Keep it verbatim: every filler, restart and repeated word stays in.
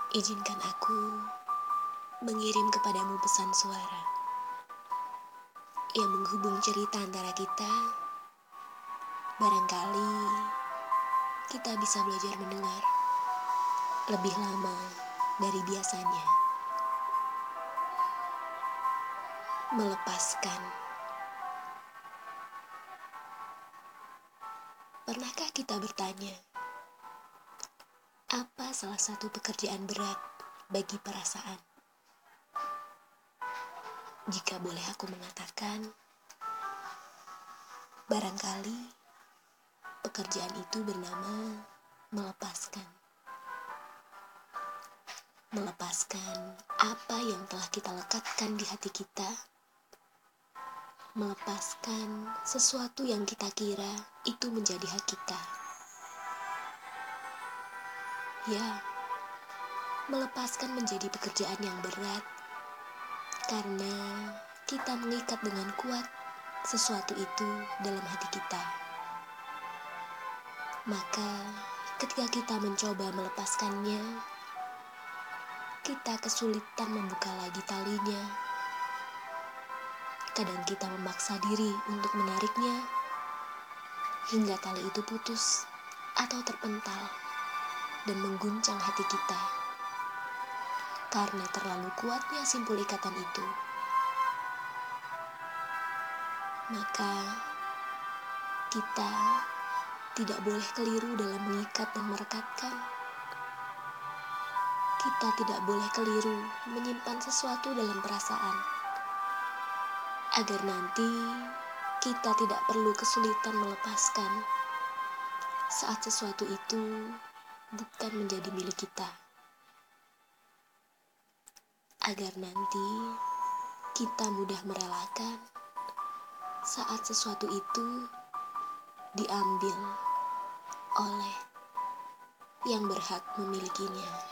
Izinkan aku mengirim kepadamu pesan suara yang menghubung cerita antara kita. Barangkali kita bisa belajar mendengar lebih lama dari biasanya. Melepaskan. Pernahkah kita bertanya, apa salah satu pekerjaan berat bagi perasaan? Jika boleh aku mengatakan, barangkali pekerjaan itu bernama melepaskan. Melepaskan apa yang telah kita lekatkan di hati kita. Melepaskan sesuatu yang kita kira itu menjadi hak kita. Ya, melepaskan menjadi pekerjaan yang berat karena kita mengikat dengan kuat sesuatu itu dalam hati kita. Maka ketika kita mencoba melepaskannya, kita kesulitan membuka lagi talinya. Kadang kita memaksa diri untuk menariknya hingga tali itu putus atau terpental dan mengguncang hati kita karena terlalu kuatnya simpul ikatan itu. Maka kita tidak boleh keliru dalam mengikat dan merekatkan. Kita tidak boleh keliru menyimpan sesuatu dalam perasaan, agar nanti kita tidak perlu kesulitan melepaskan saat sesuatu itu bukan menjadi milik kita. Agar nanti kita mudah merelakan saat sesuatu itu diambil oleh yang berhak memilikinya.